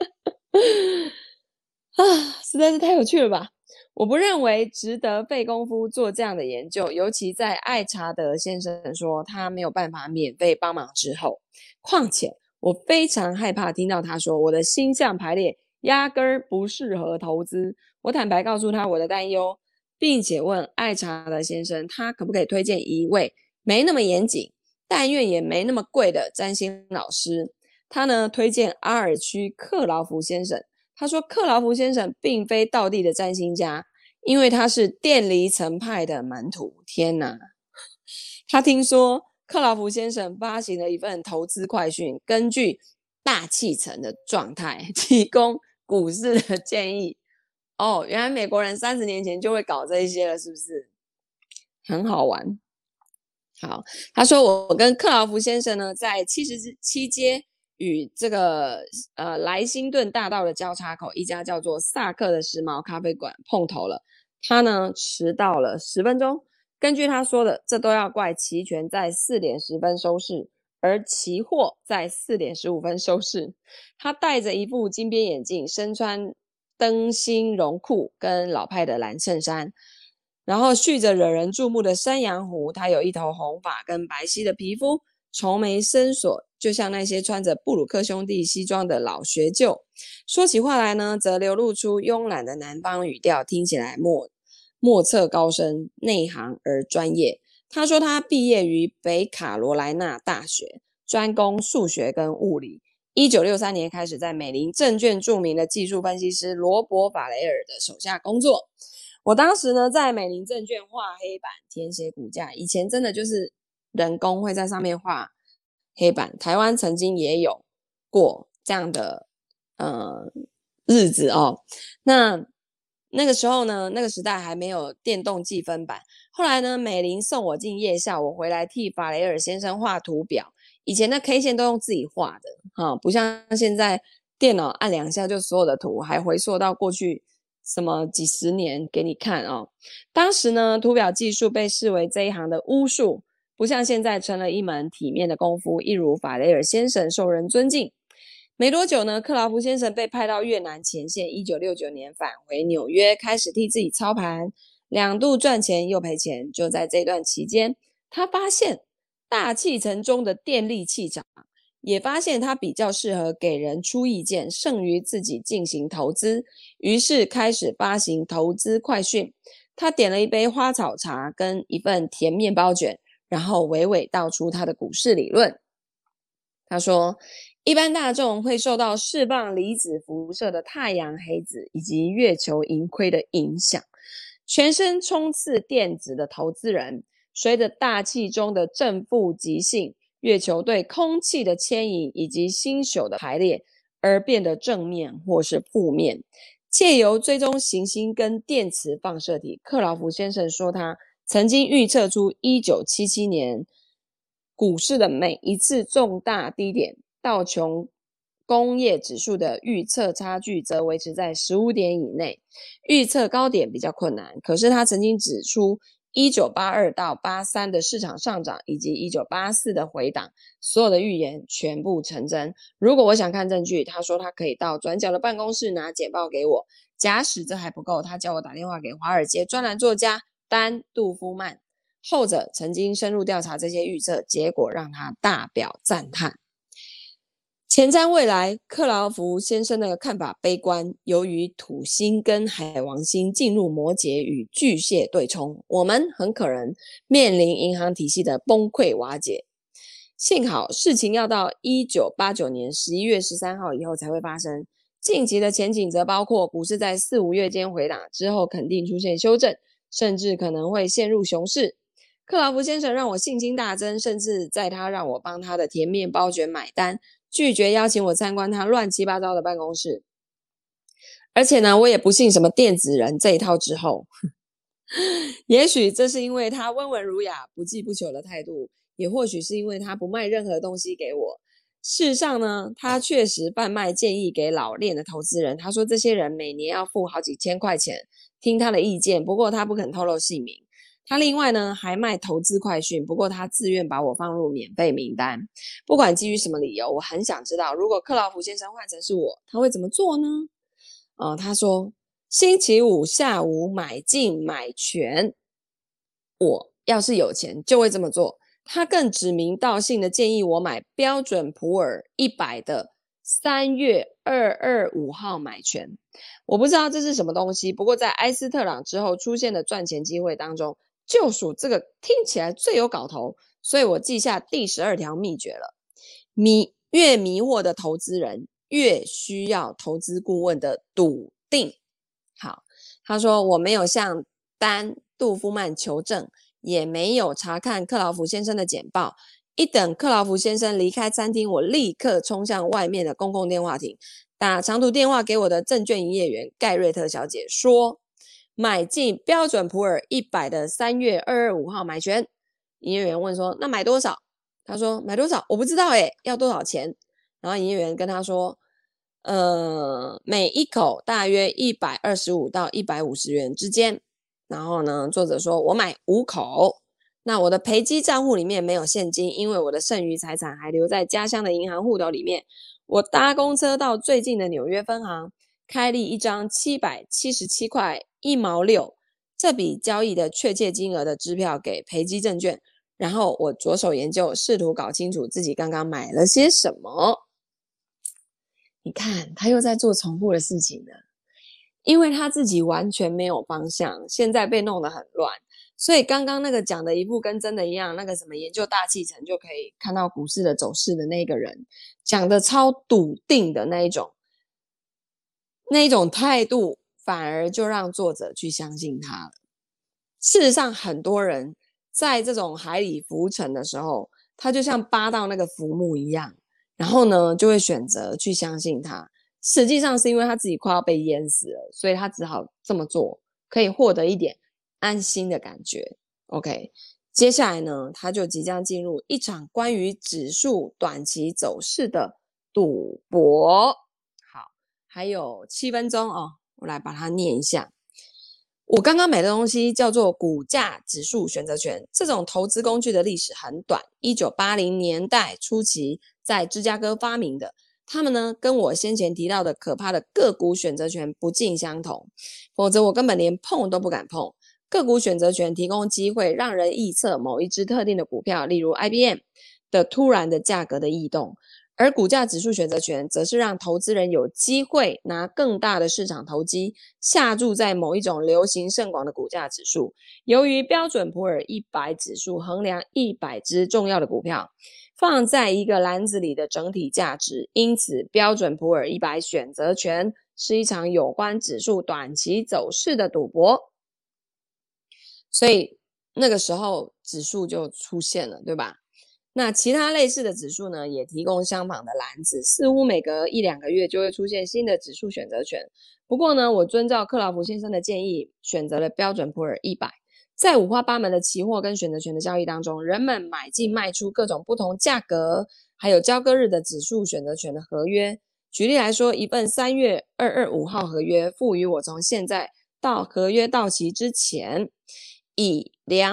实在是太有趣了吧。我不认为值得费功夫做这样的研究，尤其在艾查德先生说他没有办法免费帮忙之后。况且我非常害怕听到他说我的星象排列压根儿不适合投资。我坦白告诉他我的担忧，并且问艾查德先生他可不可以推荐一位没那么严谨但愿也没那么贵的占星老师。他呢推荐阿尔区克劳福先生，他说克劳福先生并非道地的占星家，因为他是电离层派的门徒。天哪，他听说克劳福先生发行了一份投资快讯，根据大气层的状态提供股市的建议。原来美国人30年前就会搞这一些了，是不是？很好玩。好，他说我跟克劳福先生呢在77街与这个莱辛顿大道的交叉口一家叫做萨克的时髦咖啡馆碰头了。他呢迟到了10分钟，根据他说的，这都要怪期权在4点10分收市，而期货在4点15分收市。他戴着一副金边眼镜，身穿灯芯绒裤跟老派的蓝衬衫，然后蓄着惹人注目的山羊胡。他有一头红发跟白皙的皮肤，愁眉深锁，就像那些穿着布鲁克兄弟西装的老学究。说起话来呢，则流露出慵懒的南方语调，听起来莫测高深，内行而专业。他说他毕业于北卡罗来纳大学，专攻数学跟物理。1963年开始在美林证券著名的技术分析师罗伯·法雷尔的手下工作。我当时呢在美林证券画黑板填写股价，以前真的就是人工会在上面画黑板，台湾曾经也有过这样的日子哦。那个时候呢，那个时代还没有电动计分板。后来呢，美林送我进夜校，我回来替法雷尔先生画图表。以前的 K 线都用自己画的，不像现在电脑按2下就所有的图，还回溯到过去什么几十年给你看哦。当时呢，图表技术被视为这一行的巫术，不像现在成了一门体面的功夫，一如法雷尔先生受人尊敬。没多久呢，克劳福先生被派到越南前线，1969年返回纽约，开始替自己操盘，2度赚钱又赔钱。就在这段期间，他发现大气层中的电力气场，也发现他比较适合给人出意见，胜于自己进行投资，于是开始发行投资快讯。他点了一杯花草茶跟一份甜面包卷，然后娓娓道出他的股市理论。他说，一般大众会受到释放离子辐射的太阳黑子以及月球盈亏的影响，全身冲刺电子的投资人，随着大气中的正负极性、月球对空气的牵引以及星宿的排列而变得正面或是负面。借由追踪行星跟电磁放射体，克劳福先生说他曾经预测出1977年股市的每一次重大低点，道琼工业指数的预测差距则维持在15点以内，预测高点比较困难。可是他曾经指出1982到83的市场上涨以及1984的回档，所有的预言全部成真。如果我想看证据，他说他可以到转角的办公室拿简报给我。假使这还不够，他叫我打电话给华尔街专栏作家丹·杜夫曼，后者曾经深入调查这些预测，结果让他大表赞叹。前瞻未来，克劳福先生的看法悲观，由于土星跟海王星进入摩羯与巨蟹对冲，我们很可能面临银行体系的崩溃瓦解。幸好事情要到1989年11月13号以后才会发生。近期的前景则包括股市在4、5月间回档之后肯定出现修正，甚至可能会陷入熊市。克劳福先生让我信心大增，甚至在他让我帮他的甜面包卷买单，拒绝邀请我参观他乱七八糟的办公室。而且呢，我也不信什么电子人这一套之后，也许这是因为他温文儒雅、不计不求的态度， 也或许是因为他不卖任何东西给我。事实上呢，他确实贩卖建议给老练的投资人。他说这些人每年要付好几千块钱听他的意见，不过他不肯透露姓名。他另外呢还卖投资快讯，不过他自愿把我放入免费名单。不管基于什么理由，我很想知道，如果克劳福先生换成是我，他会怎么做呢？他说星期五下午买进买权，我要是有钱就会这么做。他更指名道姓的建议我买标准普尔100的3月225号买权。我不知道这是什么东西，不过在埃斯特朗之后出现的赚钱机会当中，就属这个听起来最有搞头，所以我记下第12条秘诀了。越迷惑的投资人越需要投资顾问的笃定。好，他说我没有向杜夫曼求证，也没有查看克劳福先生的简报。一等克劳福先生离开餐厅，我立刻冲向外面的公共电话亭，打长途电话给我的证券营业员盖瑞特小姐，说买进标准普尔100的3月225号买权。营业员问说那买多少？他说买多少我不知道要多少钱？然后营业员跟他说每一口大约125到150元之间。然后呢，作者说我买5口，那我的赔基账户里面没有现金，因为我的剩余财产还留在家乡的银行户头里面。我搭公车到最近的纽约分行，开立一张777块1毛6这笔交易的确切金额的支票给赔基证券，然后我着手研究，试图搞清楚自己刚刚买了些什么。你看，他又在做重复的事情了。因为他自己完全没有方向，现在被弄得很乱，所以刚刚那个讲的一副跟真的一样，那个什么研究大气层就可以看到股市的走势的那个人，讲的超笃定的那一种态度，反而就让作者去相信他了。事实上，很多人在这种海里浮沉的时候，他就像扒到那个浮木一样，然后呢，就会选择去相信他。实际上是因为他自己快要被淹死了，所以他只好这么做，可以获得一点安心的感觉。OK， 接下来呢，他就即将进入一场关于指数短期走势的赌博。好，还有7分钟哦，我来把它念一下。我刚刚买的东西叫做股价指数选择权，这种投资工具的历史很短，1980年代初期在芝加哥发明的。他们呢，跟我先前提到的可怕的个股选择权不尽相同，否则我根本连碰都不敢碰。个股选择权提供机会让人预测某一只特定的股票，例如 IBM 的突然的价格的异动，而股价指数选择权则是让投资人有机会拿更大的市场投机下注在某一种流行甚广的股价指数。由于标准普尔100指数衡量100只重要的股票放在一个篮子里的整体价值，因此标准普尔100选择权是一场有关指数短期走势的赌博。所以那个时候指数就出现了，对吧？那其他类似的指数呢，也提供相仿的篮子，似乎每隔1-2个月就会出现新的指数选择权。不过呢，我遵照克劳福先生的建议，选择了标准普尔100。在五花八门的期货跟选择权的交易当中，人们买进卖出各种不同价格还有交割日的指数选择权的合约。举例来说，一份3月225号合约赋予我从现在到合约到期之前，以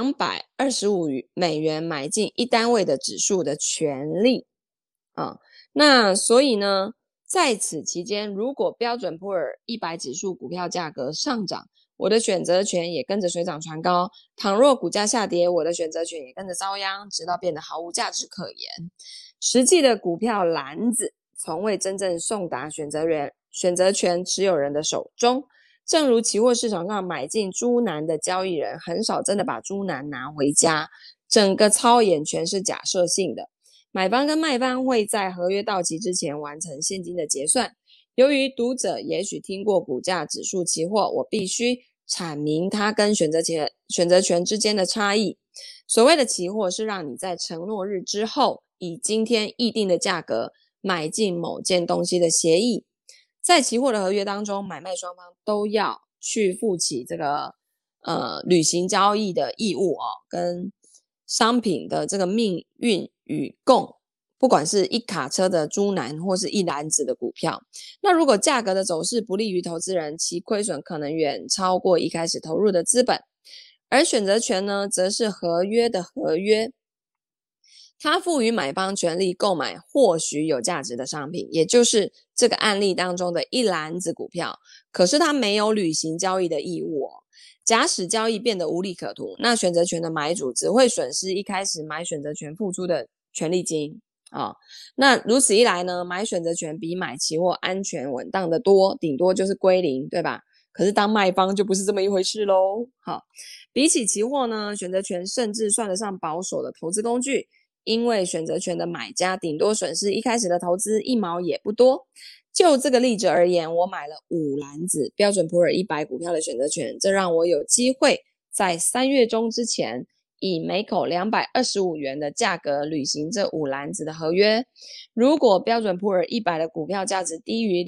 $225买进一单位的指数的权利。那所以呢，在此期间，如果标准普尔100指数股票价格上涨，我的选择权也跟着水涨船高。倘若股价下跌，我的选择权也跟着遭殃，直到变得毫无价值可言。实际的股票篮子从未真正送达选择权持有人的手中。正如期货市场上买进猪腩的交易人很少真的把猪腩拿回家，整个操演全是假设性的。买方跟卖方会在合约到期之前完成现金的结算。由于读者也许听过股价指数期货，我必须阐明它跟选择权之间的差异。所谓的期货是让你在承诺日之后，以今天议定的价格买进某件东西的协议。在期货的合约当中，买卖双方都要去负起这个履行交易的义务跟商品的这个命运与共，不管是一卡车的猪腩或是一篮子的股票。那如果价格的走势不利于投资人，其亏损可能远超过一开始投入的资本。而选择权呢，则是合约的合约，它赋予买方权利购买或许有价值的商品，也就是这个案例当中的一篮子股票，可是它没有履行交易的义务哦。假使交易变得无利可图，那选择权的买主只会损失一开始买选择权付出的权利金那如此一来呢，买选择权比买期货安全稳当的多，顶多就是归零，对吧？可是当卖方就不是这么一回事咯。好，比起期货呢，选择权甚至算得上保守的投资工具，因为选择权的买家顶多损失一开始的投资1毛也不多。就这个例子而言，我买了5篮子标准普尔100股票的选择权，这让我有机会在3月中之前以每口225元的价格履行这5篮子的合约。如果标准普尔100的股票价值低于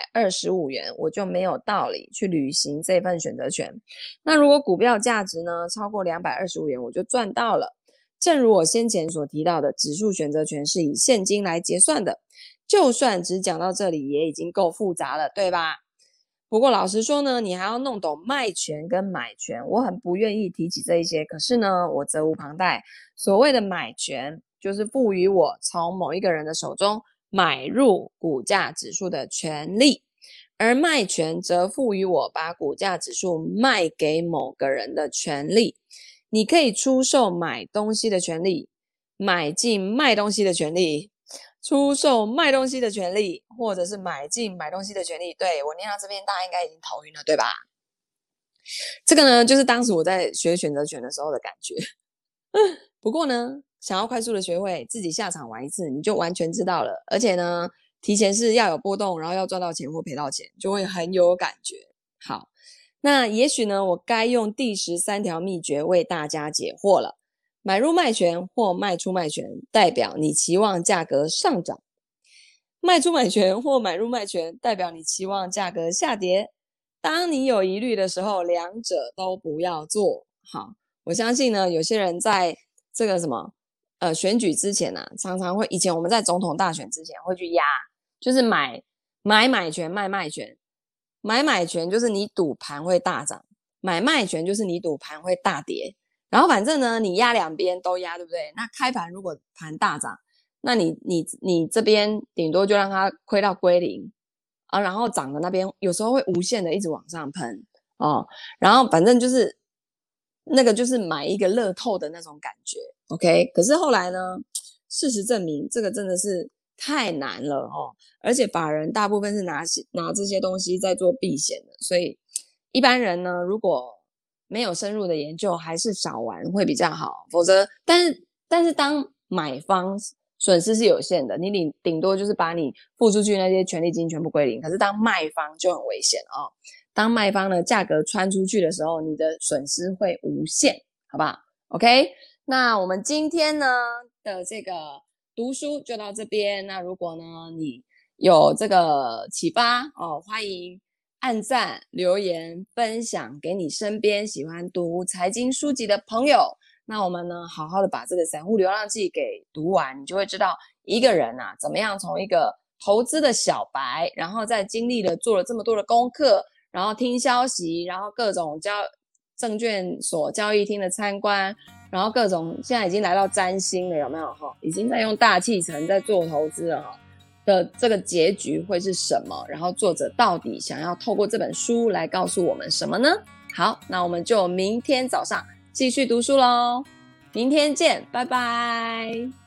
225元，我就没有道理去履行这份选择权。那如果股票价值呢超过225元，我就赚到了。正如我先前所提到的，指数选择权是以现金来结算的，就算只讲到这里也已经够复杂了，对吧？不过老实说呢，你还要弄懂卖权跟买权，我很不愿意提起这一些，可是呢，我责无旁贷。所谓的买权，就是赋予我从某一个人的手中买入股价指数的权利，而卖权则赋予我把股价指数卖给某个人的权利。你可以出售买东西的权利，买进卖东西的权利，出售卖东西的权利，或者是买进买东西的权利。对，我念到这边大家应该已经头晕了，对吧？这个呢，就是当时我在学选择权的时候的感觉。不过呢，想要快速的学会，自己下场玩一次，你就完全知道了。而且呢，提前是要有波动，然后要赚到钱或赔到钱，就会很有感觉。好，那也许呢，我该用第13条秘诀为大家解惑了。买入卖权或卖出卖权，代表你期望价格上涨；卖出买权或买入卖权，代表你期望价格下跌。当你有疑虑的时候，两者都不要做。好，我相信呢，有些人在这个选举之前啊，常常会，以前我们在总统大选之前会去压，就是买权卖卖权。买权就是你赌盘会大涨，买卖权就是你赌盘会大跌。然后反正呢，你压两边都压，对不对？那开盘如果盘大涨，那你这边顶多就让它亏到归零啊，然后涨的那边有时候会无限的一直往上喷哦。然后反正就是那个就是买一个乐透的那种感觉 ，OK？ 可是后来呢，事实证明这个真的是太难了哦，而且法人大部分是拿这些东西在做避险的，所以一般人呢，如果没有深入的研究，还是少玩会比较好。否则，但是当买方损失是有限的，你顶多就是把你付出去那些权利金全部归零。可是当卖方就很危险哦。当卖方的价格穿出去的时候，你的损失会无限，好不好 ？OK， 那我们今天呢的这个读书就到这边。那如果呢你有这个启发哦，欢迎按赞、留言、分享给你身边喜欢读财经书籍的朋友。那我们呢，好好的把这个散户流浪记给读完，你就会知道一个人啊，怎么样从一个投资的小白，然后再经历了做了这么多的功课，然后听消息，然后各种证券所交易厅的参观，然后各种现在已经来到占星了，有没有已经在用大气层在做投资了的这个结局会是什么？然后作者到底想要透过这本书来告诉我们什么呢？好，那我们就明天早上继续读书咯，明天见，拜拜。